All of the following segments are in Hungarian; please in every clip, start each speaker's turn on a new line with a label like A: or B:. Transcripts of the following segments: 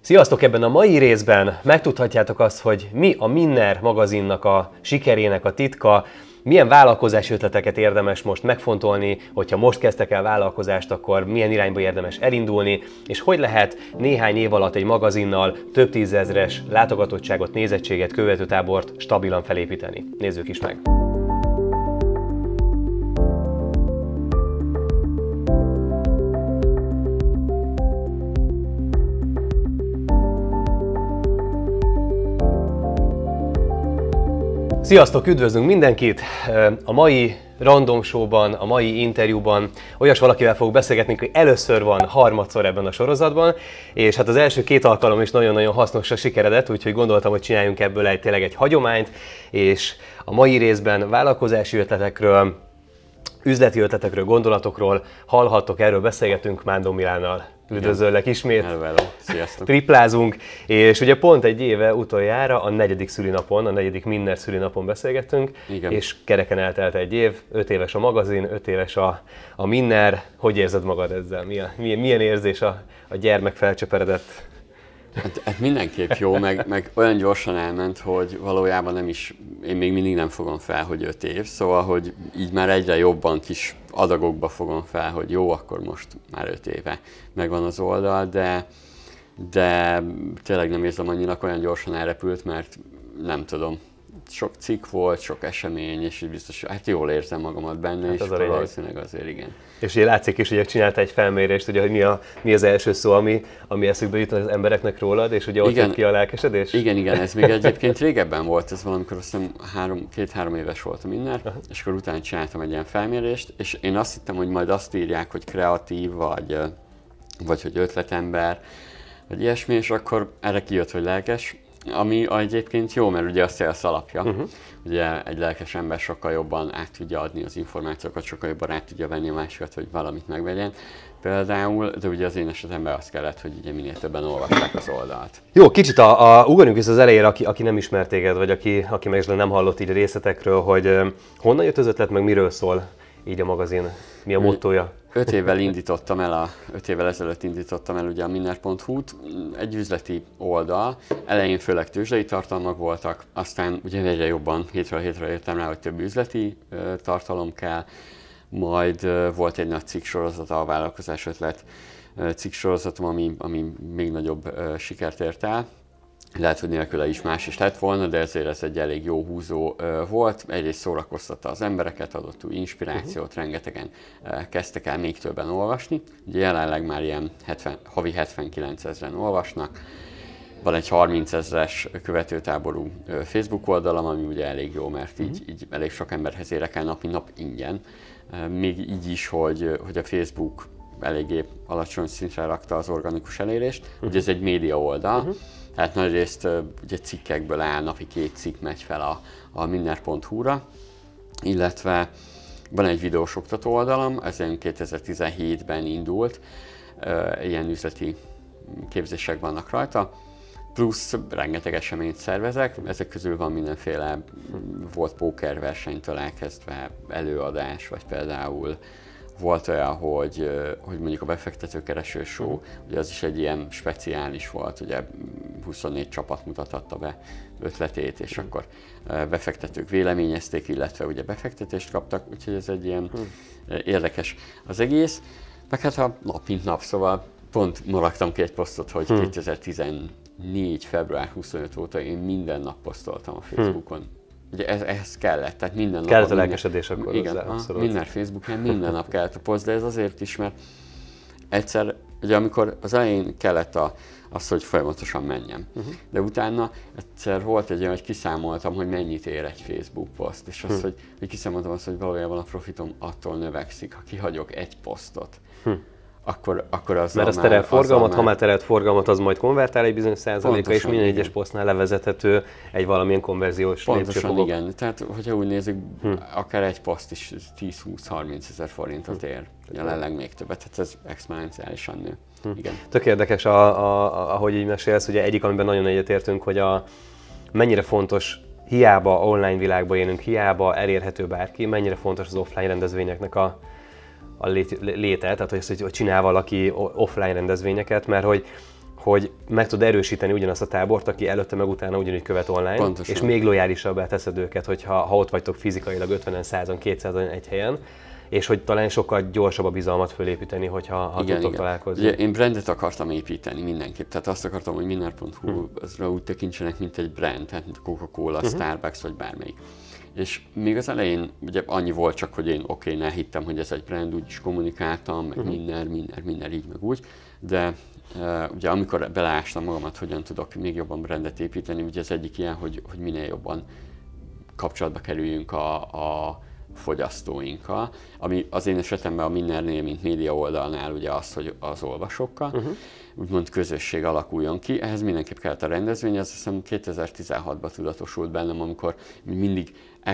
A: Sziasztok! Ebben a mai részben megtudhatjátok azt, hogy mi a Minner magazinnak a sikerének a titka, milyen vállalkozási ötleteket érdemes most megfontolni, hogyha most kezdtek el vállalkozást, akkor milyen irányba érdemes elindulni, és hogy lehet néhány év alatt egy magazinnal több tízezres látogatottságot, nézettséget, követőtábort stabilan felépíteni. Nézzük is meg! Sziasztok, üdvözlünk mindenkit! A mai Random Show-ban, a mai interjúban olyas valakivel fogok beszélgetni, hogy először van harmadszor ebben a sorozatban, és hát az első két alkalom is nagyon-nagyon hasznosra sikeredett, úgyhogy gondoltam, hogy csináljunk ebből tényleg egy hagyományt, és a mai részben vállalkozási ötletekről, üzleti ötletekről, gondolatokról hallhattok, erről beszélgetünk Mándor Milánnal. Üdvözöllek ismét,
B: hello. Sziasztok.
A: Triplázunk, és ugye pont egy éve utoljára a 4. szülinapon, a 4. Minner szülinapon beszélgettünk, igen. És kereken eltelt egy év, 5 éves a magazin, 5 éves a Minner. Hogy érzed magad ezzel? Milyen érzés a gyermek felcsöperedett?
B: Hát mindenképp jó, meg olyan gyorsan elment, hogy valójában nem is, én még mindig nem fogom fel, hogy 5 év, szóval, hogy így már egyre jobban kis adagokba fogom fel, hogy jó, akkor most már 5 éve megvan az oldal, de tényleg nem érzem annyinak, olyan gyorsan elrepült, mert nem tudom, sok cikk volt, sok esemény, és így biztos, hát jól érzem magamat benne, hát és akkor valószínűleg azért igen.
A: És ugye látszik is, hogy csinálta egy felmérést, ugye, hogy mi az első szó, ami eszükbe jut az embereknek rólad, és ugye ott jött ki a lelkesedés?
B: Igen, ez még egyébként régebben volt, ez valamikor azt hiszem 2-3 éves volt a Minner, és akkor utána csináltam egy ilyen felmérést, és én azt hittem, hogy majd azt írják, hogy kreatív, vagy hogy ötletember, vagy ilyesmi, és akkor erre kijött, hogy lelkes. Ami egyébként jó, mert ugye a sales alapja. Ugye egy lelkes ember sokkal jobban át tudja adni az információkat, sokkal jobban át tudja venni a másikat, hogy valamit megvegyen. Például, de ugye az én esetemben az kellett, hogy ugye minél többen olvassák az oldalt.
A: Jó, kicsit ugorjunk vissza az elejére, aki nem ismer téged, vagy aki meg nem hallott így részletekről, hogy honnan jött az ötlet, meg miről szól így a magazin, mi a mottója?
B: 5 évvel ezelőtt indítottam el ugye a minner.hu-t, egy üzleti oldal, elején főleg tőzsdei tartalmak voltak, aztán ugye egyre jobban hétről hétre jöttem rá, hogy több üzleti tartalom kell, majd volt egy nagy cikksorozata, a vállalkozás ötlet cikksorozatom, ami még nagyobb sikert ért el. Lehet, hogy nélküle is más is lett volna, de ezért ez egy elég jó húzó volt. Egyrészt szórakoztatta az embereket, adott új inspirációt, rengetegen kezdtek el még többen olvasni. Ugye jelenleg már ilyen havi 79 000-en olvasnak. Van egy 30 000-es követőtáború Facebook oldalam, ami ugye elég jó, mert így elég sok emberhez érek el napi nap ingyen. Még így is, hogy a Facebook eléggé alacsony szintre rakta az organikus elérést. Ugye ez egy média oldal, tehát nagyrészt ugye cikkekből áll, napi 2 cikk megy fel a minner.hu-ra, illetve van egy videós oktató oldalam, ez 2017-ben indult, ilyen üzleti képzések vannak rajta, plusz rengeteg eseményt szervezek, ezek közül van mindenféle, volt pókerversenytől elkezdve előadás, vagy például volt olyan, hogy mondjuk a befektetőkereső show, ugye az is egy ilyen speciális volt, ugye 24 csapat mutathatta be ötletét, és akkor befektetők véleményezték, illetve ugye befektetést kaptak, úgyhogy ez egy ilyen érdekes az egész. Meg hát a nap mint nap, szóval pont ma raktam ki egy posztot, hogy 2014. február 25 óta én minden nap posztoltam a Facebookon. Ugye ehhez kellett, tehát minden nap.
A: Kellett a lelkesedés akkor
B: igen,
A: hozzá,
B: minden Facebookon minden nap kellett a poszt, de ez azért is, mert egyszer, ugye amikor az elején kellett az, hogy folyamatosan menjem, de utána egyszer volt egy olyan, hogy kiszámoltam, hogy mennyit ér egy Facebook poszt, és azt, hogy kiszámoltam azt, hogy valójában a profitom attól növekszik, ha kihagyok egy posztot. Akkor az.
A: Mert az terelt forgalmat, ha már terelt forgalmat, az majd konvertál egy bizonyos százaléka, és minden egyes posztnál levezethető egy valamilyen konverziós
B: lépcsőfokok. Igen, tehát hogyha úgy nézzük, akár egy poszt is 10-20-30 ezer forintot ér, jelenleg még többet, tehát ez exponenciálisan nő. Igen.
A: Tök érdekes, ahogy így mesélsz, ugye egyik, amiben nagyon egyetértünk, hogy mennyire fontos, hiába online világban élünk, hiába elérhető bárki, mennyire fontos az offline rendezvényeknek a léte, tehát hogy csinál valaki offline rendezvényeket, mert hogy hogy meg tud erősíteni ugyanazt a tábort, aki előtte meg utána ugyanúgy követ online,
B: pontosan.
A: És még lojálisabbá teszed őket, hogyha ott vagytok fizikailag 50-en, 100-an, 200-an egy helyen, és hogy talán sokkal gyorsabb a bizalmat fölépíteni, hogyha tudtok találkozni.
B: Ugye én brandet akartam építeni mindenképp, tehát azt akartam, hogy Minner.hu-ra úgy tekintsenek, mint egy brand, tehát mint a Coca-Cola, Starbucks vagy bármelyik. És még az elején ugye annyi volt csak, hogy én ne hittem, hogy ez egy brand, úgy is kommunikáltam, meg Minner így, meg úgy, de ugye amikor beleástam magamat, hogyan tudok még jobban brandet építeni, ugye az egyik ilyen, hogy minél jobban kapcsolatba kerüljünk a fogyasztóinkkal, ami az én esetemben a Minnernél, mint média oldalnál ugye az, hogy az olvasókkal, úgymond közösség alakuljon ki. Ehhez mindenképp kellett a rendezvény, ez azt hiszem 2016-ban tudatosult bennem, amikor mindig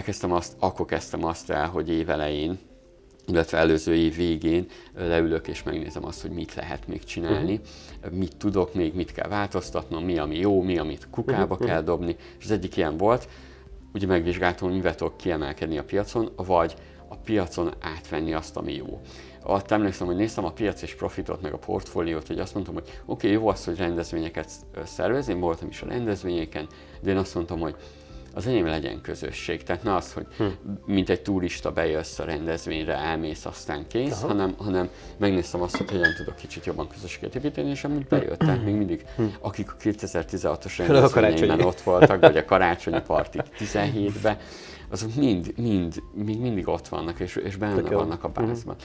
B: akkor kezdtem azt el, hogy évelején, illetve előző év végén leülök és megnézem azt, hogy mit lehet még csinálni, mit tudok még, mit kell változtatnom, mi ami jó, mi amit kukába kell dobni, és az egyik ilyen volt, ugye megvizsgáltam, hogy mivel tudok kiemelkedni a piacon, vagy a piacon átvenni azt, ami jó. Ott emlékszem, hogy néztem a piac és profitot, meg a portfóliót, hogy azt mondtam, hogy oké, jó az, hogy rendezvényeket szervez, én voltam is a rendezvényeken, de én azt mondtam, hogy az enyém legyen közösség. Tehát ne az, hogy mint egy turista bejössz a rendezvényre, elmész, aztán kész, hanem megnéztem azt, hogy hogyan tudok kicsit jobban közösséget építeni, és amúgy bejött. Tehát még mindig, akik a 2016-os rendezvényeiben ott voltak, vagy a karácsonyi partik 17-ben, azok még mindig ott vannak, és benne vannak a bázban.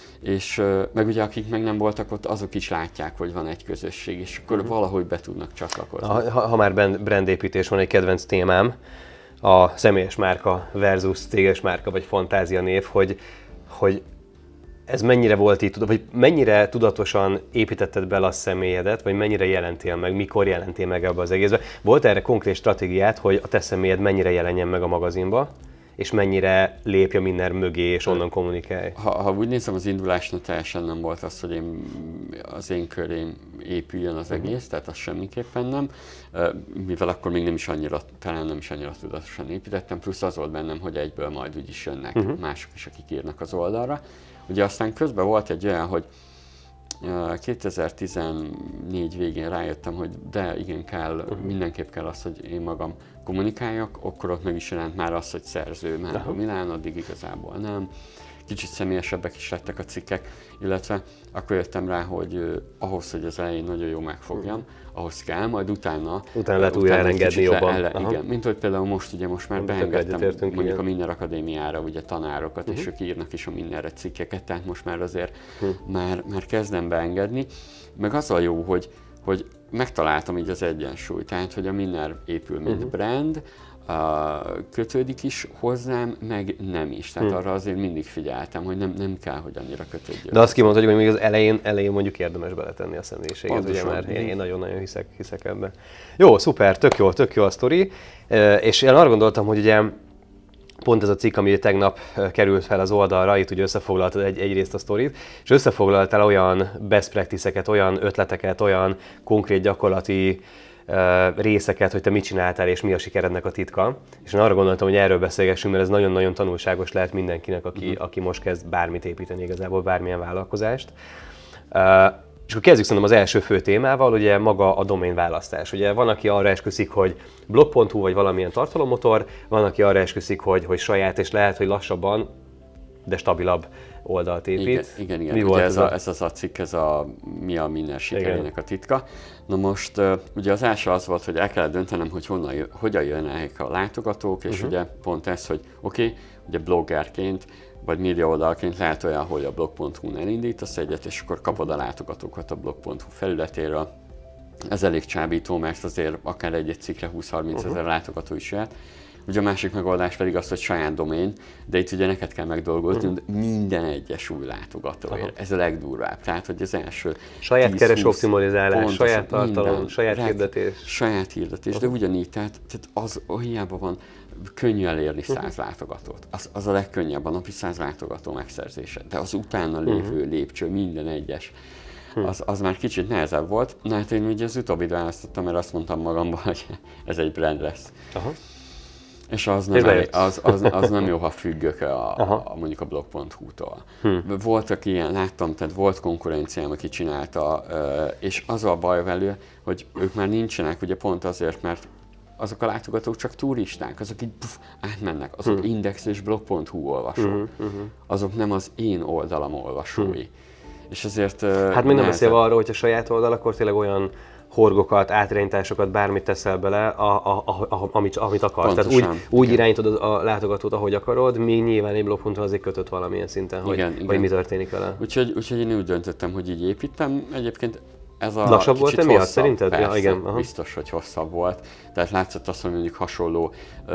B: És meg ugye akik meg nem voltak ott, azok is látják, hogy van egy közösség, és akkor valahogy be tudnak csatlakozni.
A: Ha már brandépítés, van egy kedvenc témám, a személyes márka versus céges márka, vagy fantázia név, hogy ez mennyire volt így, vagy mennyire tudatosan építetted bele a személyedet, vagy mennyire jelentél meg, mikor jelentél meg ebbe az egészbe. Volt erre konkrét stratégiát, hogy a te személyed mennyire jelenjen meg a magazinba, és mennyire lépj a Minner mögé, és onnan kommunikálj?
B: Ha úgy nézem, az indulásnak teljesen nem volt az, hogy az én körém épüljön az egész, tehát az semmiképpen nem, mivel akkor még talán nem is annyira tudatosan építettem, plusz az volt bennem, hogy egyből majd úgyis jönnek mások is, akik írnak az oldalra. Ugye aztán közben volt egy olyan, hogy 2014 végén rájöttem, hogy de igen, mindenképp kell az, hogy én magam kommunikáljak, akkor ott meg is jelent már az, hogy szerző már a Milán, addig igazából nem. Kicsit személyesebbek is lettek a cikkek, illetve akkor jöttem rá, hogy ahhoz, hogy az elején nagyon jó megfogjam, ahhoz kell, majd utána
A: lehet újra elengedni jobban.
B: Igen, mint hogy például most már beengedtem mondjuk a Minner Akadémiára ugye tanárokat, és ők írnak is a Minnerre cikkeket, tehát most már azért már kezdem beengedni. Meg az a jó, hogy megtaláltam így az egyensúlyt, tehát hogy a Minner épül, mint brand, kötődik is hozzám, meg nem is. Tehát arra azért mindig figyeltem, hogy nem kell, hogy annyira kötődjön.
A: De azt kimondod, hogy még az elején mondjuk érdemes beletenni a személyiséget, ugye, mert én nagyon-nagyon hiszek ebben. Jó, szuper, tök jó a sztori. És én arra gondoltam, hogy ugye pont ez a cikk, ami tegnap került fel az oldalra, itt ugye összefoglaltad egyrészt a sztorit, és összefoglaltál olyan best practice-eket, olyan ötleteket, olyan konkrét gyakorlati részeket, hogy te mit csináltál és mi a sikerednek a titka. És én arra gondoltam, hogy erről beszélgessünk, mert ez nagyon-nagyon tanulságos lehet mindenkinek, aki most kezd bármit építeni igazából, bármilyen vállalkozást. És akkor kezdjük szerintem az első fő témával, ugye maga a domain választás. Ugye van, aki arra esküszik, hogy blog.hu vagy valamilyen tartalommotor, van, aki arra esküszik, hogy saját, és lehet, hogy lassabban, de stabilabb oldalt épít.
B: Igen. Mi volt ez az a cikk, mi a Minner sikerének a titka. Na most ugye az első az volt, hogy el kellett döntenem, hogy hogyan jönnek a látogatók, és ugye pont ez, hogy ugye bloggerként, vagy média oldalként lehet olyan, hogy a blog.hu-n elindítasz egyet, és akkor kapod a látogatókat a blog.hu felületéről. Ez elég csábító, mert azért akár egy cikkre 20-30 ezer látogató is jöhet. Ugye a másik megoldás pedig az, hogy saját domén, de itt ugye neked kell megdolgozni minden egyes új látogatóért. Ez a legdurvább. Tehát, hogy az első
A: saját kereső optimalizálás, saját tartalom, saját hirdetés.
B: Saját hirdetés, de ugyanígy, tehát az hiába van könnyű elérni 100 látogatót. Az a legkönnyebb a napi 100 látogató megszerzése. De az utána lévő lépcső, minden egyes, az már kicsit nehezebb volt. Na hát én ugye az utóbbit választottam, mert azt mondtam magamban, hogy ez egy brand lesz. És az nem jó, ha függök mondjuk a blog.hu-tól. Voltak ilyen, láttam, tehát volt konkurenciám, aki csinálta, és az a baj velő, hogy ők már nincsenek, ugye pont azért, mert azok a látogatók csak turisták, azok így átmennek, azok Index és blog.hu olvasók, azok nem az én oldalam olvasói. És ezért...
A: Hát még nem beszélve arról, hogy a saját oldal, akkor tényleg olyan horgokat, átirányításokat, bármit teszel bele, amit akarsz.
B: Pontosan,
A: tehát úgy irányítod a látogatót, ahogy akarod, még nyilván egy blogponthoz azért kötött valamilyen szinten, hogy mi történik vele.
B: Úgyhogy én úgy döntöttem, hogy így építem. Egyébként ez a
A: lassabb volt emiatt szerinted?
B: Persze,
A: ja, igen.
B: biztos, hogy hosszabb volt. Tehát látszott azt, hogy mondjuk hasonló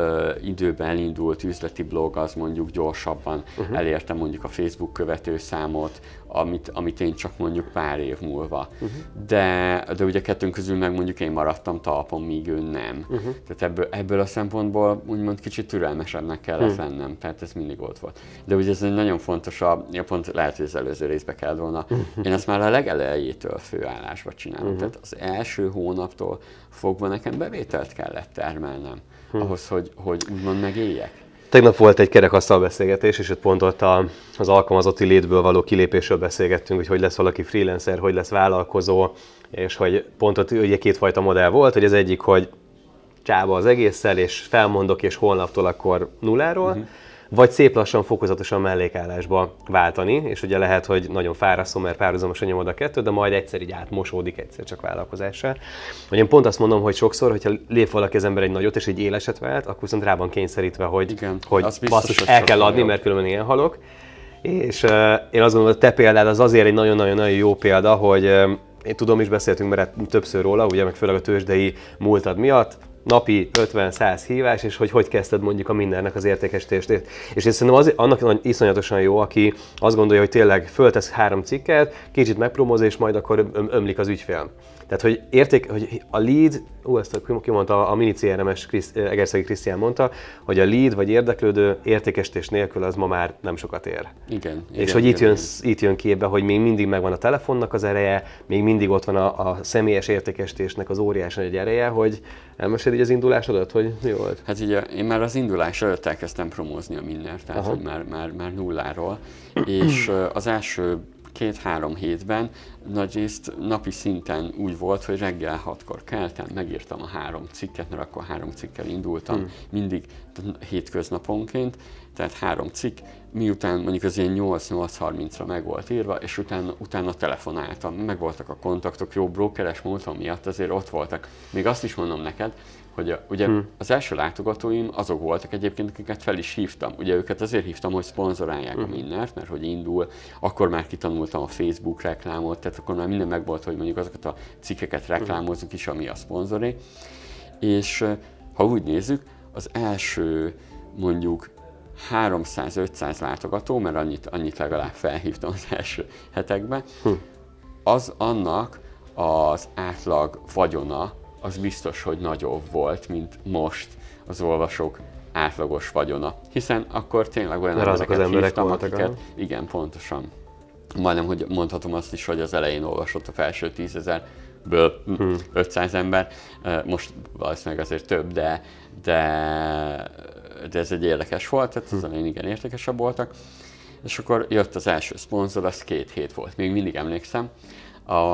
B: időben elindult üzleti blog, az mondjuk gyorsabban elérte mondjuk a Facebook követőszámot, amit én csak mondjuk pár év múlva. De ugye kettőnk közül meg mondjuk én maradtam talpon, míg ő nem. Tehát ebből a szempontból úgymond kicsit türelmesebbnek kellett lennem, tehát ez mindig ott volt. De ugye ez egy nagyon fontos, pont lehet, hogy az előző részbe kell volna. Én ezt már a legelejétől főállásba csinálom. Tehát az első hónaptól fogva nekem bevételt kellett termelnem, ahhoz, hogy úgymond megéljek.
A: Tegnap volt egy kerekasztal beszélgetés, és ott pont ott az alkalmazotti létből való kilépésről beszélgettünk, hogy lesz valaki freelancer, hogy lesz vállalkozó, és hogy pont ott ugye kétfajta modell volt, hogy az egyik, hogy csába az egésszel, és felmondok, és holnaptól akkor nulláról, vagy szép lassan, fokozatosan mellékállásba váltani, és ugye lehet, hogy nagyon fárasztó, mert párhuzamosan nyomod a kettőt, de majd egyszer így átmosódik egyszer csak vállalkozással. Hogy én pont azt mondom, hogy sokszor, hogyha lép valaki az ember egy nagyot, és egy éleset vált, akkor viszont rá van kényszerítve, hogy basszus, el kell adni, mert különben ilyen halok. És én azt gondolom, hogy a te példád az azért egy nagyon-nagyon jó példa, hogy én tudom is, beszéltünk már többször róla, ugye meg főleg a tőzsdei múltad miatt, napi 50-100 hívás, és hogy kezdted mondjuk a mindennek az értékesítését. És én szerintem annak iszonyatosan jó, aki azt gondolja, hogy tényleg föltesz 3 cikket, kicsit megpromóz, és majd akkor ömlik az ügyfél. Tehát, hogy a lead, ezt kimondta a mini CRM-es Egerszegi Krisztián mondta, hogy a lead vagy érdeklődő értékesítés nélkül az ma már nem sokat ér.
B: Igen.
A: És hogy itt jön képbe, hogy még mindig megvan a telefonnak az ereje, még mindig ott van a személyes értékesítésnek az óriási nagy ereje, hogy elmesél így az indulásodat, hogy mi volt?
B: Hát ugye én már az indulás előtt elkezdtem promózni a Minnert, tehát hogy már nulláról, és az első 2-3 hétben nagyrészt napi szinten úgy volt, hogy reggel 6-kor keltem, megírtam a 3 cikket, mert akkor 3 cikkel indultam, mindig hétköznaponként, tehát 3 cikk, miután mondjuk az ilyen 8-8:30-ra meg volt írva, és utána telefonáltam, meg voltak a kontaktok, jó brókeres múltam miatt azért ott voltak. Még azt is mondom neked, hogy ugye az első látogatóim azok voltak egyébként, akiket fel is hívtam. Ugye őket azért hívtam, hogy szponzorálják a Minnert, mert hogy indul, akkor már kitanultam a Facebook reklámot, tehát akkor már minden megvolt, hogy mondjuk azokat a cikkeket reklámozzuk is, ami a szponzoré. És ha úgy nézzük, az első mondjuk 300-500 látogató, mert annyit legalább felhívtam az első hetekben, az annak az átlag vagyona, az biztos, hogy nagyobb volt, mint most az olvasók átlagos vagyona. Hiszen akkor tényleg olyan embereket hívtam, akiket... Igen, pontosan. Majdnem, hogy mondhatom azt is, hogy az elején olvasott a felső 10 000-ből 500 ember, most valószínűleg azért több, de ez egy érdekes volt, tehát az elején igen értékesebb voltak. És akkor jött az első szponzor, az 2 hét volt. Még mindig emlékszem, a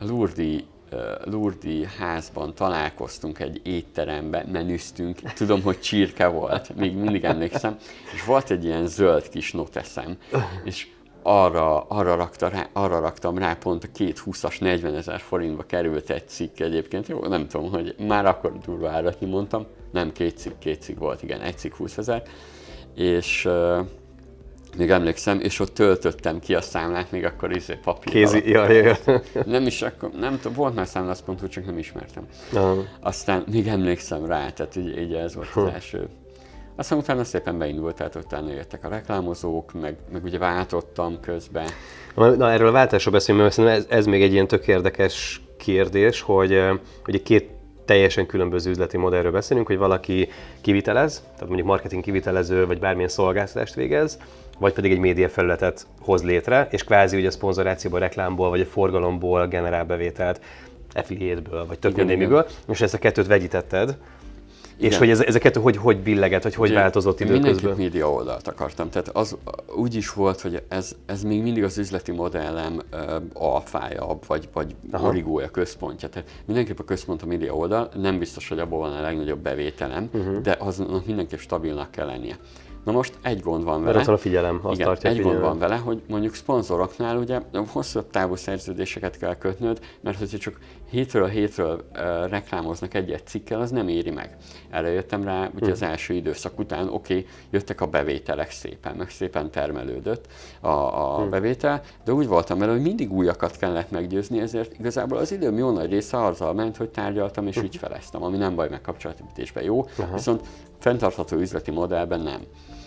B: Lurdi házban találkoztunk egy étteremben, menüztünk, tudom, hogy csirke volt, még mindig emlékszem, és volt egy ilyen zöld kis noteszem, és arra raktam rá, pont a 2 20-as 40 000 forintba került egy cikk egyébként, jó, nem tudom, hogy már akkor durva árat mondtam, nem 2 cikk volt, igen, egy cikk 20 000, és még emlékszem, és ott töltöttem ki a számlát, még akkor papír
A: kézi,
B: Nem is, akkor, nem tudom, volt már számlasz.hu, csak nem ismertem. Aztán még emlékszem rá, tehát így ez volt az első. Aztán utána szépen beindult, tehát utána jöttek a reklámozók, meg ugye váltottam közben.
A: Na, erről a váltásról beszélünk, mert szerintem ez még egy ilyen tök érdekes kérdés, hogy ugye 2 teljesen különböző üzleti modellről beszélünk, hogy valaki kivitelez, tehát mondjuk marketing kivitelező, vagy bármilyen szolgáltatást végez, vagy pedig egy médiafelületet hoz létre, és kvázi ugye a szponzorációból, reklámból, vagy a forgalomból generál bevételt, affiliate-ből, vagy tök mindenmiből, és ezt a kettőt vegyítetted. És hogy ezeket hogy billeget, vagy hogy változott időközben?
B: Mindenképp média oldalt akartam. Tehát az úgy is volt, hogy ez még mindig az üzleti modellem alfája, vagy origója, központja. Tehát mindenképp a központ a média oldal, nem biztos, hogy abból van a legnagyobb bevételem, de aznak mindenképp stabilnak kell lennie. Na most egy gond van vele.
A: Ott van a figyelem, azt tartja
B: egy gond van vele, hogy mondjuk szponzoroknál ugye hosszabb távú szerződéseket kell kötnöd, mert hogyha csak hétről hétről reklámoznak egy cikkel, az nem éri meg. Erre jöttem rá, ugye az első időszak után, jöttek a bevételek szépen, meg szépen termelődött a bevétel, de úgy voltam vele, hogy mindig újakat kellett meggyőzni, ezért igazából az időm jó nagy része azzal ment, hogy tárgyaltam és ügyfeleztem, ami nem baj, meg kapcsolatépítésben jó, viszont fenntartható üzleti modellben nem.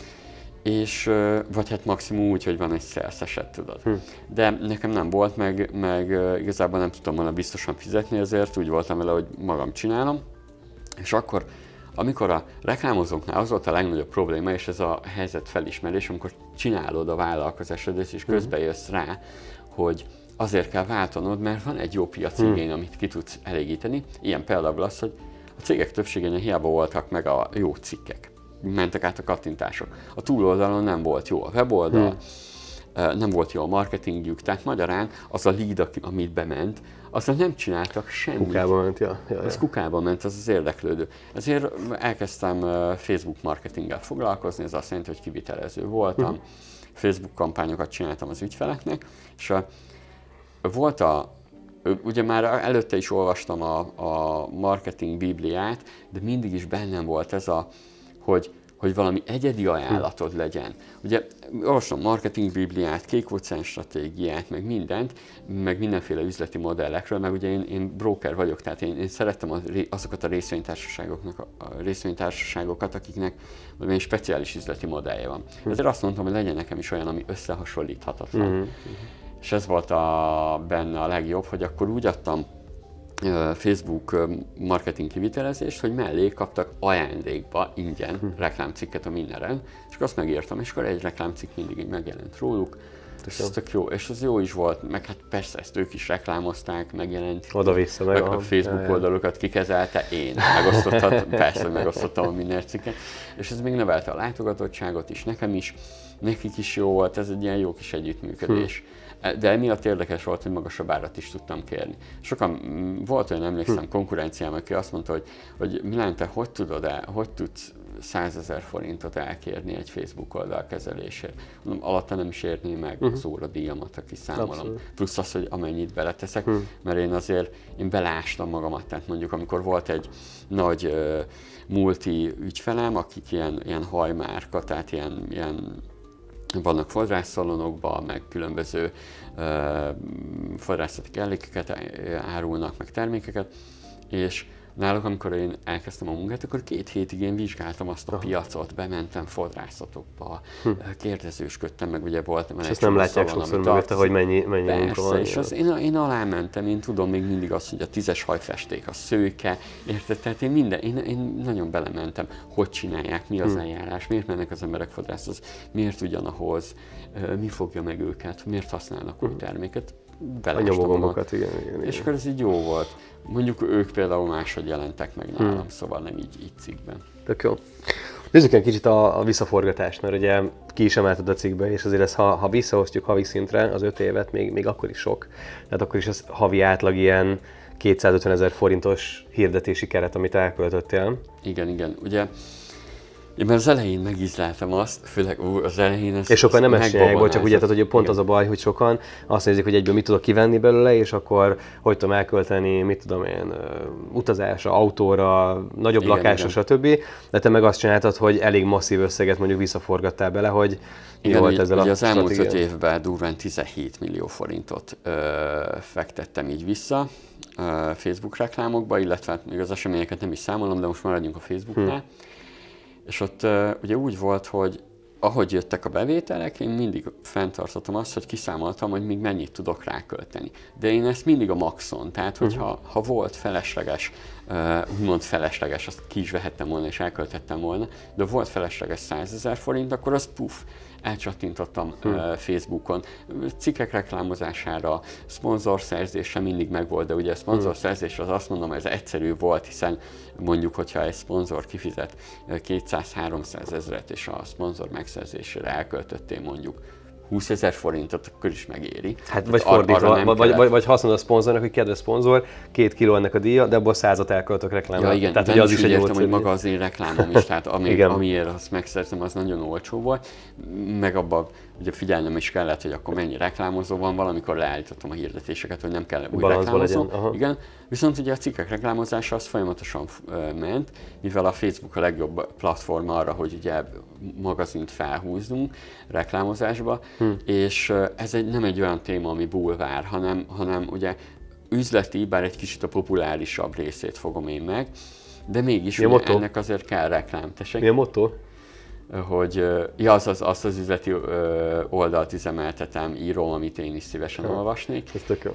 B: És, vagy hát maximum úgy, hogy van egy sales eset, tudod. De nekem nem volt, meg igazából nem tudtam volna biztosan fizetni, ezért úgy voltam vele, hogy magam csinálom. És akkor, amikor a reklámozóknál az volt a legnagyobb probléma, és ez a helyzet felismerés, amikor csinálod a vállalkozásodat, és közben jössz rá, hogy azért kell váltanod, mert van egy jó piaci igény, amit ki tudsz elégíteni. Ilyen például az, hogy a cégek többségénél hiába voltak meg a jó cikkek. Mentek át a kattintások. A túloldalon nem volt jó a weboldal, nem volt jó a marketingjük, tehát magyarán az a lead, amit bement, azzal nem csináltak semmit.
A: Kukába ment, ja.
B: Az kukába ment, az érdeklődő. Ezért elkezdtem Facebook marketinggel foglalkozni, ez azt jelenti, hogy kivitelező voltam. Facebook kampányokat csináltam az ügyfeleknek, és volt ugye már előtte is olvastam a marketing bibliát, de mindig is bennem volt ez hogy valami egyedi ajánlatod legyen. Ugye olvasom marketing bibliát, kék óceán stratégiát, meg mindent, meg mindenféle üzleti modellekről, meg ugye én broker vagyok, tehát én szerettem azokat a részvénytársaságokat, akiknek valami speciális üzleti modellje van. Ezért azt mondtam, hogy legyen nekem is olyan, ami összehasonlíthatatlan. És ez volt benne a legjobb, hogy akkor úgy adtam Facebook marketing kivitelezést, hogy mellé kaptak ajándékba ingyen reklámcikket a Minneren, és azt megírtam, és akkor egy reklámcikk mindig így megjelent róluk, és ez tök jó, és az jó is volt, meg hát persze ezt ők is reklámozták, megjelent.
A: Oda-vissza,
B: meg a Facebook oldalukat kikezelte, én persze megosztottam a Minner cikket, és ez még növelte a látogatottságot is, nekem is, nekik is jó volt, ez egy ilyen jó kis együttműködés. De emiatt érdekes volt, hogy magasabb árat is tudtam kérni. Sokan, volt olyan, emlékszem, konkurenciám, aki azt mondta, hogy Milán, te hogy tudsz 100 000 forintot elkérni egy Facebook oldal kezelésért? Mondom, alatta nem is érné meg az óradíjamat, aki számolom. Abszolút. Plusz az, hogy amennyit beleteszek, mert én beleástam magamat. Tehát mondjuk, amikor volt egy nagy multi ügyfelem, akik ilyen hajmárka, tehát ilyen vannak fodrászszalonokban, meg különböző fodrászati kellékeket árulnak, meg termékeket, és náluk, amikor én elkezdtem a munkát, akkor 2 hétig én vizsgáltam azt a piacot, bementem fodrászatokba, kérdezősködtem, meg ugye voltam egy.
A: És ezt nem látják sokszor mögötte, hogy mennyi munka van.
B: És én alámentem, én tudom még mindig azt, hogy a 10-es hajfesték a szőke, érted? Tehát én nagyon belementem, hogy csinálják, mi az eljárás, miért mennek az emberek fodrászhoz, miért ugyanahoz, mi fogja meg őket, miért használnak új terméket.
A: A nyomogomokat, igen.
B: És akkor ez így jó volt. Mondjuk ők például máshogy jelentek meg nálam, szóval nem így cikkben.
A: Tök jó. Nézzük egy kicsit a visszaforgatást, mert ugye ki is emelted a cikkbe, és azért ezt, ha visszaosztjuk havi szintre, az 5 évet, még akkor is sok. Tehát akkor is az havi átlag ilyen 250 000 forintos hirdetési keret, amit elköltöttél.
B: Igen. Ugye én már az elején megízleltem azt, főleg az elején ezt.
A: És sokan nem ezt csinálják, csak ugye, tehát, hogy pont az a baj, hogy sokan azt nézik, hogy egyből mit tudok kivenni belőle, és akkor hogy tudom elkölteni, mit tudom én, utazásra, autóra, nagyobb lakásra, stb. De te meg azt csináltad, hogy elég masszív összeget mondjuk visszaforgattál bele, hogy mi volt ezzel
B: ugye az elmúlt 5 évben durván 17 millió forintot fektettem így vissza Facebook reklámokba, illetve még az eseményeket nem is számolom, de most maradjunk a Facebooknál. És ott ugye úgy volt, hogy ahogy jöttek a bevételek, én mindig fenntartottam azt, hogy kiszámoltam, hogy még mennyit tudok rákölteni. De én ezt mindig a maxon, tehát hogyha volt felesleges, úgymond felesleges, azt ki is vehettem volna és elköltettem volna, de volt felesleges 100 000 forint, akkor az elcsattintottam Facebookon. Cikkek reklámozására, szponzorszerzésre mindig megvolt, de ugye a szponzorszerzés az azt mondom, ez egyszerű volt, hiszen mondjuk, hogyha egy szponzor kifizet 200-300 ezret, és a szponzor megszerzésére elköltöttél mondjuk 20 000 forintot, akkor is megéri.
A: Hát vagy fordítva, vagy ha azt mondod a szponzornak, hogy kedves szponzor, 2 kiló ennek a díja, de abból 100-at elköltök reklámra.
B: Ja, igen,
A: tehát
B: az is úgy értem, hogy maga az én reklámom is, tehát amiért azt megszerzem, az nagyon olcsó volt. Meg abban ugye figyelnem is kellett, hogy akkor mennyi reklámozó van, valamikor leállítottam a hirdetéseket, hogy nem kell új reklámozó. Igen. Viszont ugye a cikkek reklámozása az folyamatosan ment, mivel a Facebook a legjobb platform arra, hogy ugye magazint felhúzzunk reklámozásba, és ez nem egy olyan téma, ami bulvár, hanem ugye üzleti, bár egy kicsit a populárisabb részét fogom én meg, de mégis ugye ennek azért kell reklám.
A: Mi a motto?
B: Hogy azt az üzleti oldalt üzemeltetem, írom, amit én is szívesen olvasnék.
A: Ez tök jó.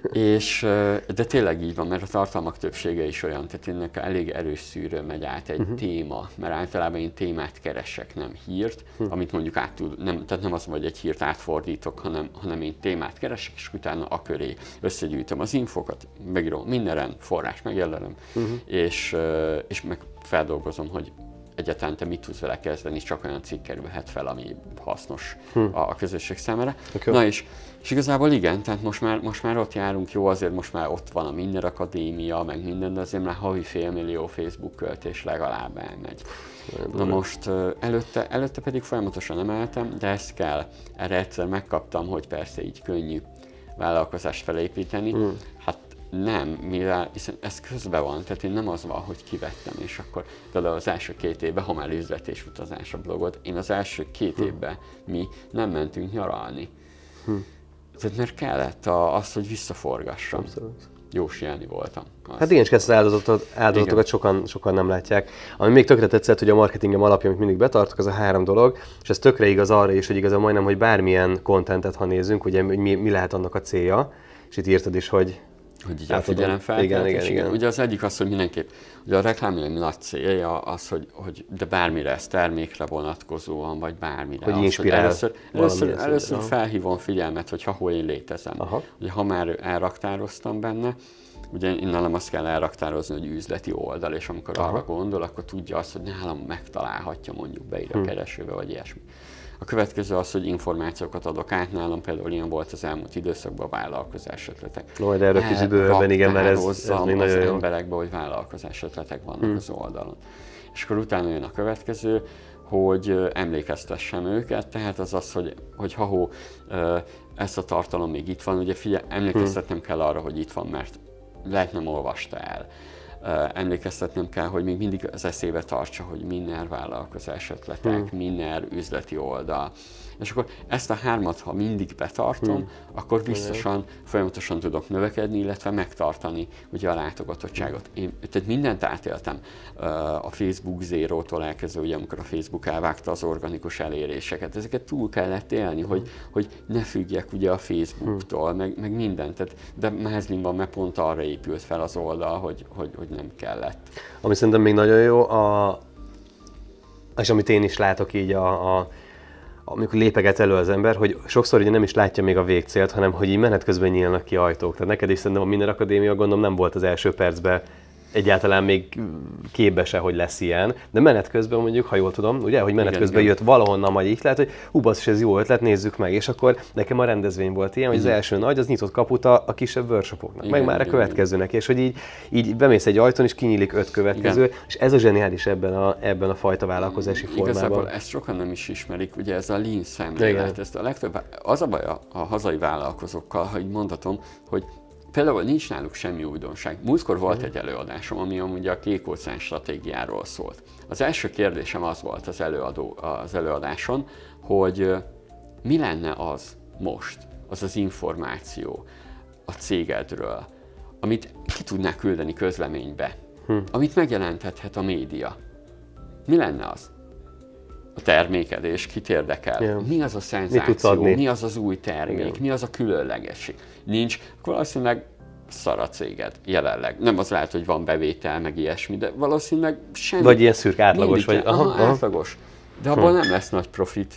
B: De tényleg így van, mert a tartalmak többsége is olyan, tehát ennek elég erős szűrő megy át egy téma, mert általában én témát keresek, nem hírt, amit mondjuk tehát nem az, hogy egy hírt átfordítok, hanem én témát keresek, és utána a köré összegyűjtöm az infokat, megírom mindenen, forrás megjelölöm, és meg feldolgozom, hogy egyáltalán te mit tudsz vele kezdeni, csak olyan cikk kerülhet fel, ami hasznos a közösség számára. Okay. Na és igazából igen, tehát most már ott járunk, jó, azért most már ott van a Minden Akadémia, meg minden, de azért már havi 500 000 Facebook költés legalább elmegy. Na most előtte pedig folyamatosan emeltem, de ezt kell. Erre egyszer megkaptam, hogy persze így könnyű vállalkozást felépíteni. Hát nem, mivel hiszen ez közben van, tehát én nem az van, hogy kivettem, és akkor például az első 2 évben, ha már üzlet és utazás a blogot, én az első 2 évben mi nem mentünk nyaralni. Tehát mert kellett az, hogy visszaforgassam. Abszolút. Jósiáni voltam.
A: Hát igen, és ezt az áldozatokat sokan nem látják. Ami még tökre tetszett, hogy a marketingem alapja, amit mindig betartok, az a 3 dolog, és ez tökre igaz arra is, hogy igazából majdnem, hogy bármilyen kontentet, ha nézzünk, ugye mi lehet annak a célja, és itt írtad is, hogy
B: így a figyelemfelkeltés.
A: Igen.
B: Ugye az egyik az, hogy mindenképp, ugye a reklámjelent nagy célja az, hogy de bármire, ez termékre vonatkozóan, vagy bármire.
A: Hogy inspirál.
B: Először felhívom figyelmet, hogy hol én létezem. Ugye, ha már elraktároztam benne, ugye én nálam azt kell elraktározni, hogy üzleti oldal, és amikor arra gondol, akkor tudja azt, hogy nálam megtalálhatja, mondjuk beír a keresőbe, vagy ilyesmi. A következő az, hogy információkat adok át, nálam például ilyen volt az elmúlt időszakban a vállalkozás ötletek.
A: No, de erről kicsit bővebben, igen, mert ez még nagyon jó.
B: Emberekbe, hogy vállalkozás ötletek vannak az oldalon. És akkor utána jön a következő, hogy emlékeztessem őket, tehát az, hogy ezt a tartalom még itt van, ugye emlékeztetnem kell arra, hogy itt van, mert lehet nem olvasta el. Emlékeztetnem kell, hogy még mindig az eszébe tartsa, hogy minden vállalkozás ötletek, minden üzleti oldal. És akkor ezt a 3-at, ha mindig betartom, akkor biztosan folyamatosan tudok növekedni, illetve megtartani ugye a látogatottságot. Tehát mindent átéltem. A Facebook Zero-tól elkezdve, ugye, amikor a Facebook elvágta az organikus eléréseket. Ezeket túl kellett élni, hogy ne függjek ugye a Facebooktól, meg mindent. Tehát, de mázlimban meg pont arra épült fel az oldal, hogy nem kellett.
A: Ami szerintem még nagyon jó, és amit én is látok így amikor lépeget elő az ember, hogy sokszor ugye nem is látja még a végcélt, hanem hogy így menet közben nyílnak ki ajtók. Tehát neked is szerintem a Minden Akadémia, gondolom, nem volt az első percben egyáltalán még képbe se, hogy lesz ilyen, de menet közben mondjuk, ha jól tudom, ugye, hogy menet közben jött valahonnan majd így lehet, hogy basszus, ez jó ötlet, nézzük meg, és akkor nekem a rendezvény volt ilyen, hogy az első nagy, az nyitott kaput a kisebb workshopoknak, meg már a következőnek, és hogy így bemész egy ajtón, és kinyílik 5 következő, és ez a zseniális ebben a fajta vállalkozási formában.
B: Igazából ezt sokan nem is ismerik, ugye ez a lean szemlélet, ezt a legtöbb, az a baj a hazai vállalkozókkal, hogy mondhatom, hogy például nincs náluk semmi újdonság. Múltkor volt egy előadásom, ami amúgy a Kék-óceán stratégiáról szólt. Az első kérdésem az volt az előadáson, hogy mi lenne az most, az információ a cégedről, amit ki tudná küldeni közleménybe, amit megjelenthethet a média. Mi lenne az? A terméked, és kit érdekel? Mi az a szenzáció? Mi az az új termék? Mi az a különlegesség? Nincs, akkor valószínűleg szar a céged jelenleg. Nem az lehet, hogy van bevétel, meg ilyesmi, de valószínűleg semmi.
A: Vagy ilyen szürk átlagos vagy.
B: Átlagos. De abból nem lesz nagy profit.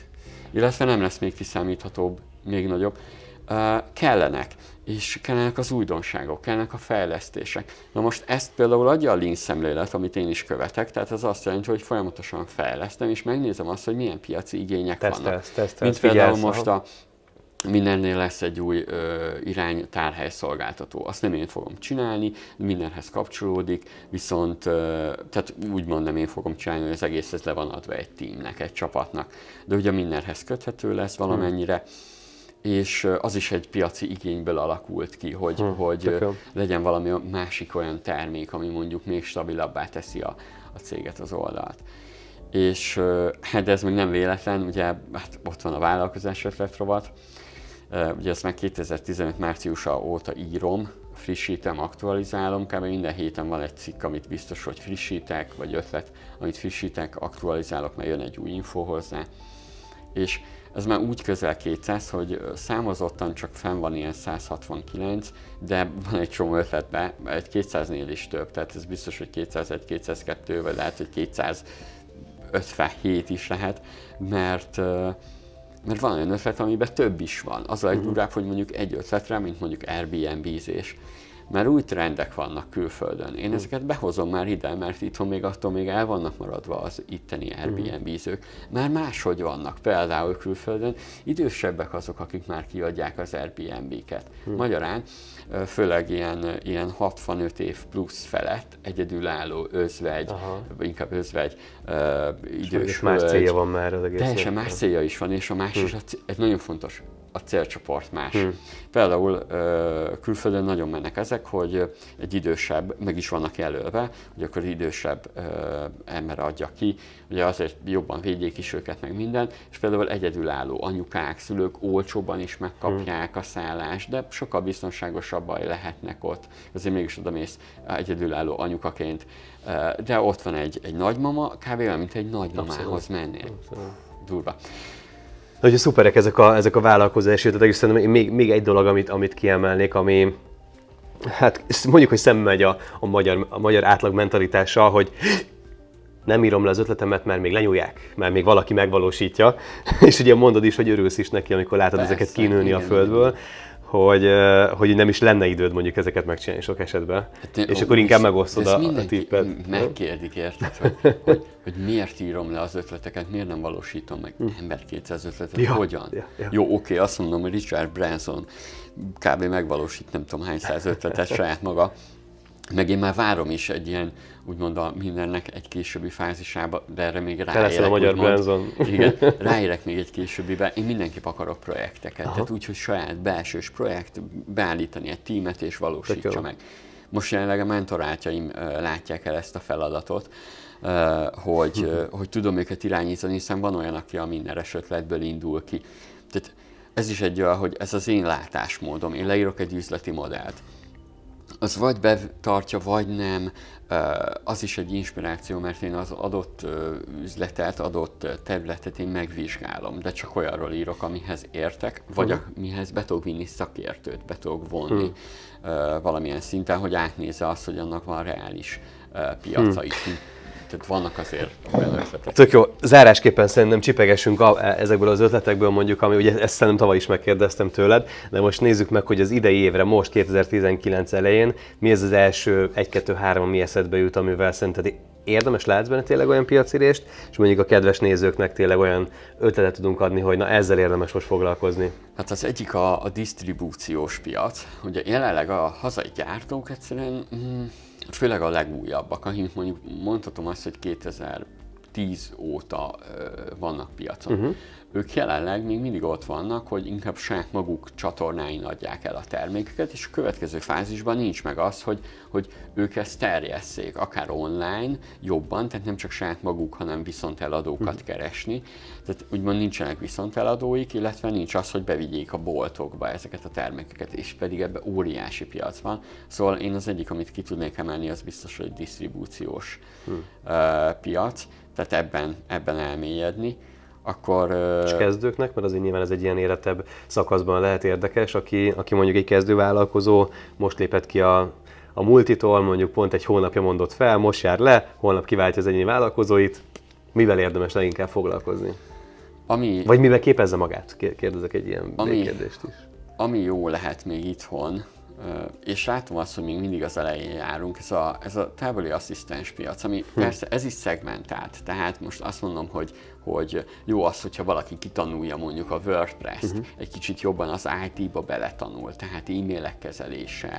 B: illetve nem lesz még kiszámíthatóbb, még nagyobb. Kellenek, és kellenek az újdonságok, kellenek a fejlesztések. Na most ezt például adja a Lean szemlélet, amit én is követek, tehát ez azt jelenti, hogy folyamatosan fejlesztem, és megnézem azt, hogy milyen piaci igények vannak. Mint például most mindennél lesz egy új irány tárhelyszolgáltató. Azt nem én fogom csinálni, mindenhez kapcsolódik, viszont tehát úgymond nem én fogom csinálni, hogy az egész ez le van adva egy teamnek, egy csapatnak. De ugye mindenhez köthető lesz valamennyire, és az is egy piaci igényből alakult ki, hogy legyen valami másik olyan termék, ami mondjuk még stabilabbá teszi a céget, az oldalt. És hát ez még nem véletlen, ugye hát ott van a vállalkozás ötletrovat, ugye ezt már 2015 márciusa óta írom, frissítem, aktualizálom, kb. Minden héten van egy cikk, amit biztos, hogy frissítek, vagy ötlet, amit frissítek, aktualizálok, mert jön egy új info hozzá. És ez már úgy közel 200, hogy számozottan csak fenn van ilyen 169, de van egy csomó ötletben, egy 200-nél is több, tehát ez biztos, hogy 201, 202, vagy lehet, hogy 257 is lehet, mert van olyan ötlet, amiben több is van. Az a legdurább, hogy mondjuk egy ötletre, mint mondjuk Airbnb-zés. Mert új trendek vannak külföldön. Én ezeket behozom már ide, mert itthon még attól még el vannak maradva az itteni Airbnb-zők. Már máshogy vannak, például külföldön idősebbek azok, akik már kiadják az Airbnb-ket. Magyarán főleg ilyen 65 év plusz felett egyedülálló özvegy, vagy inkább özvegy, idős
A: más célja van már az egész.
B: Teljesen más célja is van, és a más is, ez nagyon fontos. A célcsoport más. Például külföldön nagyon mennek ezek, hogy egy idősebb, meg is vannak jelölve, hogy akkor idősebb ember adja ki, ugye azért jobban védjék is őket, meg minden, és például egyedülálló anyukák, szülők olcsóbban is megkapják a szállást, de sokkal biztonságosabban lehetnek ott, azért mégis odamész egyedülálló anyukaként, de ott van egy nagymama, kb. Olyan, mint egy nagymamához mennél. Durva.
A: Nagyon szuperek ezek a vállalkozási ötletek, és szerintem még egy dolog, amit kiemelnék, ami hát mondjuk, hogy szembe megy a magyar átlag mentalitással, hogy nem írom le az ötletemet, mert még lenyúlják, mert még valaki megvalósítja, és ugye mondod is, hogy örülsz is neki, amikor látod ezeket kinőni a földből, hogy nem is lenne időd mondjuk ezeket megcsinálni sok esetben, hát, és akkor inkább megosztod a tippet.
B: Megkérdik, érted, hogy miért írom le az ötleteket, miért nem valósítom meg ember 200 ötletet, hogyan? Jó, oké, azt mondom, hogy Richard Branson kb. Megvalósít nem tudom hány száz ötletet saját maga, meg én már várom is egy ilyen, úgymond a mindennek egy későbbi fázisába, de erre még ráérek.
A: A magyar Branson.
B: Igen, ráérek még egy későbbibe. Én mindenképp akarok projekteket, tehát úgy, hogy saját belsős projekt, beállítani egy tímet és valósítsa meg. Most jelenleg a mentorátjaim látják el ezt a feladatot, hogy tudom őket irányítani, hiszen van olyan, aki a mindenes ötletből indul ki. Tehát ez is egy olyan, hogy ez az én látásmódom. Én leírok egy üzleti modellt. Az vagy betartja, vagy nem, az is egy inspiráció, mert én az adott üzletet, adott területet én megvizsgálom, de csak olyanról írok, amihez értek, vagy amihez be tudok vinni szakértőt, be tudok vonni valamilyen szinten, hogy átnézze azt, hogy annak van reális piaca is. Tehát vannak azért olyan ötletek.
A: Tök jó. Zárásképpen szerintem csipegessünk ezekből az ötletekből mondjuk, ami ugye ezt szerintem tavaly is megkérdeztem tőled, de most nézzük meg, hogy az idei évre, most 2019 elején mi ez az első 1-2-3, ami eszedbe jut, amivel szerinted érdemes, látsz benne tényleg olyan piacirést, és mondjuk a kedves nézőknek tényleg olyan ötletet tudunk adni, hogy na ezzel érdemes most foglalkozni.
B: Hát az egyik a disztribúciós piac. Ugye jelenleg a hazai gyártók egyszerűen főleg a legújabbak, akik mondjuk mondhatom azt, hogy 2010 óta vannak piacon. Ők jelenleg még mindig ott vannak, hogy inkább saját maguk csatornáin adják el a termékeket, és a következő fázisban nincs meg az, hogy ők ezt terjesszék, akár online jobban, tehát nem csak saját maguk, hanem viszonteladókat keresni. Tehát úgymond nincsenek viszonteladóik, illetve nincs az, hogy bevigyék a boltokba ezeket a termékeket, és pedig ebben óriási piac van. Szóval én az egyik, amit ki tudnék emelni, az biztos, hogy disztribúciós piac, tehát ebben elmélyedni. Akkor,
A: és kezdőknek, mert azért nyilván ez egy ilyen érettebb szakaszban lehet érdekes, aki mondjuk egy kezdővállalkozó, most lépett ki a multitól, mondjuk pont egy hónapja mondott fel, most jár le, holnap kiváltja az egyéni vállalkozóit, mivel érdemes leginkább foglalkozni? Vagy mivel képezze magát? Kérdezek egy ilyen kérdést is.
B: Ami jó lehet még itthon, és látom azt, hogy még mindig az elején járunk, ez a távoli asszisztens piac, ami persze ez is szegmentált, tehát most azt mondom, hogy jó az, hogyha valaki kitanulja mondjuk a WordPress-t, egy kicsit jobban az IT-ba beletanul, tehát e-mailek kezelése,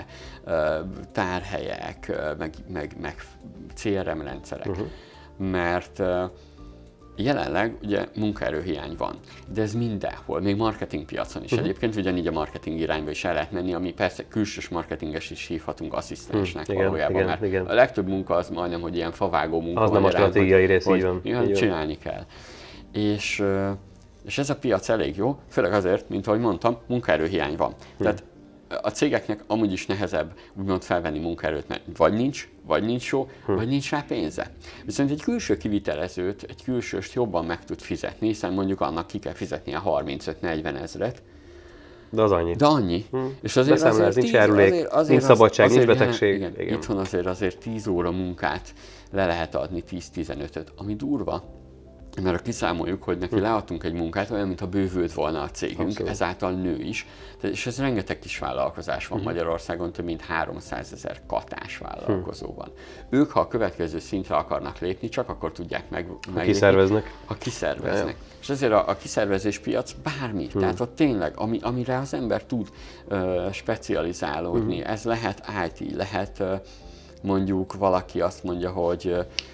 B: tárhelyek, meg CRM rendszerek, mert jelenleg ugye munkaerőhiány van, de ez mindenhol, még marketingpiacon is. Egyébként ugyanígy a marketing irányba is el lehet menni, ami persze külsős marketinges is hívhatunk asszisztensnek valójában, mert a legtöbb munka az majdnem, hogy ilyen favágó munka.
A: Az nem a stratégiai rész, így van.
B: Csinálni kell. És ez a piac elég jó, főleg azért, mint ahogy mondtam, munkaerőhiány van. Tehát a cégeknek amúgy is nehezebb úgymond felvenni munkaerőt, mert vagy nincs jó, vagy nincs rá pénze. Viszont egy külső kivitelezőt, egy külsőst jobban meg tud fizetni, hiszen mondjuk annak ki kell fizetnie 35-40 ezret.
A: De az annyi.
B: De annyi. És azért
A: nincs járulék, nincs szabadság, nincs betegség.
B: Igen. Itthon azért 10 óra munkát le lehet adni, 10-15-öt, ami durva. Mert ha kiszámoljuk, hogy neki leadtunk egy munkát, olyan, mintha bővült volna a cégünk, abszolút. Ezáltal nő is. És ez rengeteg kis vállalkozás van Magyarországon, több mint 300 000 katás vállalkozó van. Ők, ha a következő szintre akarnak lépni, csak akkor tudják meglépni. Ha kiszerveznek. És ezért a kiszervezés piac bármi. Tehát ott tényleg, amire az ember tud specializálódni, ez lehet IT, lehet mondjuk valaki azt mondja, hogy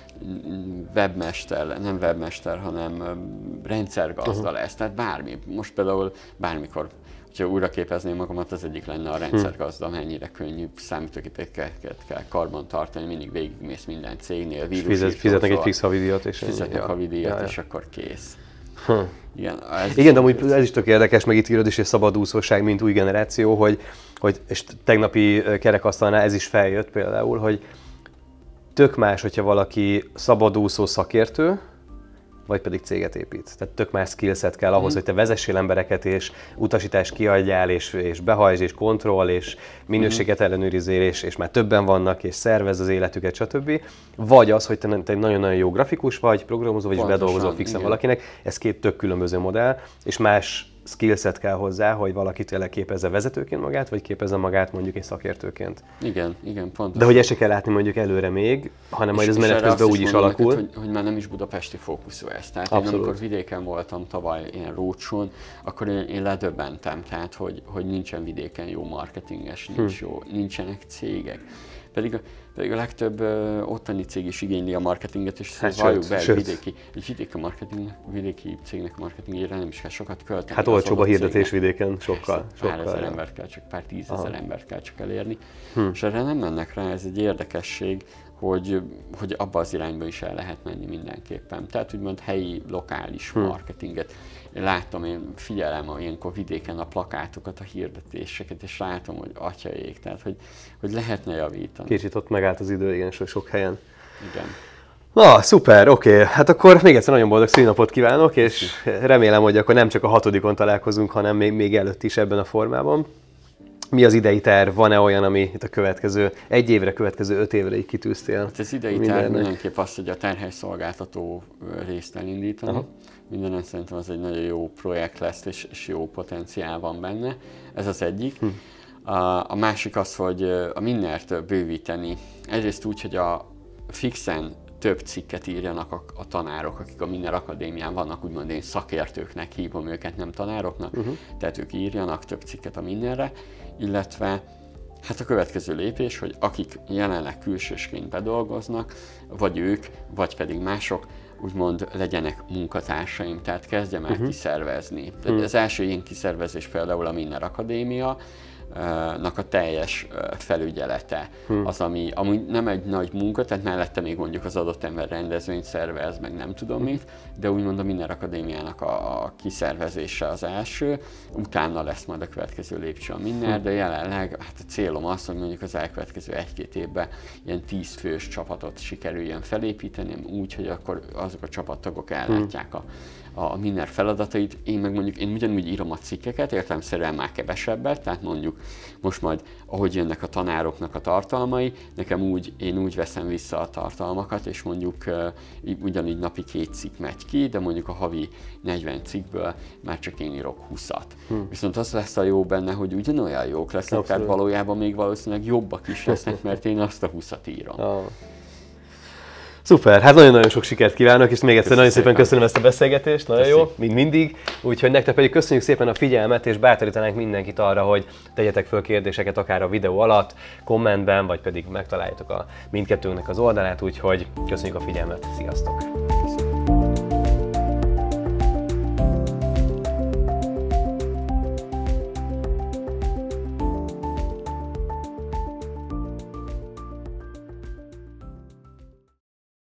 B: webmester, nem webmester, hanem rendszergazda lesz, tehát bármi. Most például bármikor, hogyha újra képezném magamat, az egyik lenne a rendszergazda, mennyire könnyű számítógépeket kell karban tartani, mindig végigmész minden cégnél,
A: fizetnek egy fix havidíjat, és
B: és akkor kész.
A: Igen, de amúgy ez is tök érdekes, meg itt írod is, hogy szabadúszóság, mint új generáció, hogy és tegnapi kerekasztalnál ez is feljött például, hogy tök más, hogyha valaki szabadúszó szakértő, vagy pedig céget épít. Tehát tök más skillset kell ahhoz, hogy te vezessél embereket, és utasítást kiadjál, és behajtsd, és kontroll, és minőséget ellenőrizzél, és már többen vannak, és szervezd az életüket, stb. Vagy az, hogy te nagyon-nagyon jó grafikus vagy, programozó, vagy bedolgozol fixen valakinek. Ez két tök különböző modell, és más skillset kell hozzá, hogy valaki tényleg képezze vezetőként magát, vagy képezze magát mondjuk egy szakértőként.
B: Igen, pontosan.
A: De hogy ezt se kell látni mondjuk előre még, hanem majd ez menet közben úgy is alakul.
B: Neked, hogy már nem is budapesti fókuszú ez. Tehát én amikor vidéken voltam tavaly ilyen roadshown, akkor én ledöbbentem, tehát hogy nincsen vidéken jó marketinges, nincsenek cégek. Pedig a legtöbb ottani cég is igényli a marketinget, és valljuk be, vidéki cégnek a marketingére nem is kell sokat költeni.
A: Hát olcsóbb a hirdetés vidéken, sokkal.
B: Pár ezer embert kell csak, pár tízezer embert kell csak elérni. És erre nem mennek rá, ez egy érdekesség, hogy abba az irányba is el lehet menni mindenképpen. Tehát úgymond helyi, lokális marketinget. Én figyelem ilyenkor vidéken a plakátokat, a hirdetéseket, és látom, hogy atyaék, tehát hogy lehetne javítani.
A: Kicsit ott megállt az idő, igen, sok helyen.
B: Igen.
A: Na, szuper, oké. Hát akkor még egyszer nagyon boldog szülinapot kívánok, és remélem, hogy akkor nem csak a 6-on találkozunk, hanem még előtt is ebben a formában. Mi az idei terv? Van-e olyan, ami itt a következő 1 évre, következő 5 évre így kitűztél?
B: Hát az idei terv mindenképp az, hogy a terhelyszolgáltató részt elindítani. Mindenek szerintem az egy nagyon jó projekt lesz, és jó potenciál van benne. Ez az egyik. A másik az, hogy a Minnert bővíteni. Egyrészt úgy, hogy a fixen több cikket írjanak a tanárok, akik a Minner Akadémián vannak, úgymond én szakértőknek hívom őket, nem tanároknak, tehát ők írjanak több cikket a Minnerre, illetve hát a következő lépés, hogy akik jelenleg külsősként bedolgoznak, vagy ők, vagy pedig mások, úgymond legyenek munkatársaim, tehát kezdjem el kiszervezni. Az első ilyen kiszervezés például a Minner Akadémia, nak a teljes felügyelete az, ami nem egy nagy munka, tehát mellette még mondjuk az adott ember rendezvényt szervez, meg nem tudom mit, de úgymond a Minner Akadémiának a kiszervezése az első, utána lesz majd a következő lépcső a Minner, de jelenleg hát a célom az, hogy mondjuk az elkövetkező 1-2 évben ilyen 10 fős csapatot sikerüljön felépíteni, úgy, hogy akkor azok a csapattagok ellátják a Minner feladatait, én ugyanúgy írom a cikkeket, értelemszerűen már kevesebbet, tehát mondjuk Most majd, ahogy jönnek a tanároknak a tartalmai, én úgy veszem vissza a tartalmakat, és mondjuk ugyanígy napi 2 cikk megy ki, de mondjuk a havi 40 cikkből már csak én írok 20-at. Viszont az lesz a jó benne, hogy ugyanolyan jók lesznek, tehát valójában még valószínűleg jobbak is lesznek, mert én azt a 20-at írom.
A: Szuper, hát nagyon-nagyon sok sikert kívánok, és még egyszer nagyon szépen köszönöm ezt a beszélgetést, nagyon jó, mint mindig. Úgyhogy nektek pedig köszönjük szépen a figyelmet, és bátorítanánk mindenkit arra, hogy tegyetek föl kérdéseket akár a videó alatt, kommentben, vagy pedig megtaláljátok mindkettőnknek az oldalát, úgyhogy köszönjük a figyelmet, sziasztok!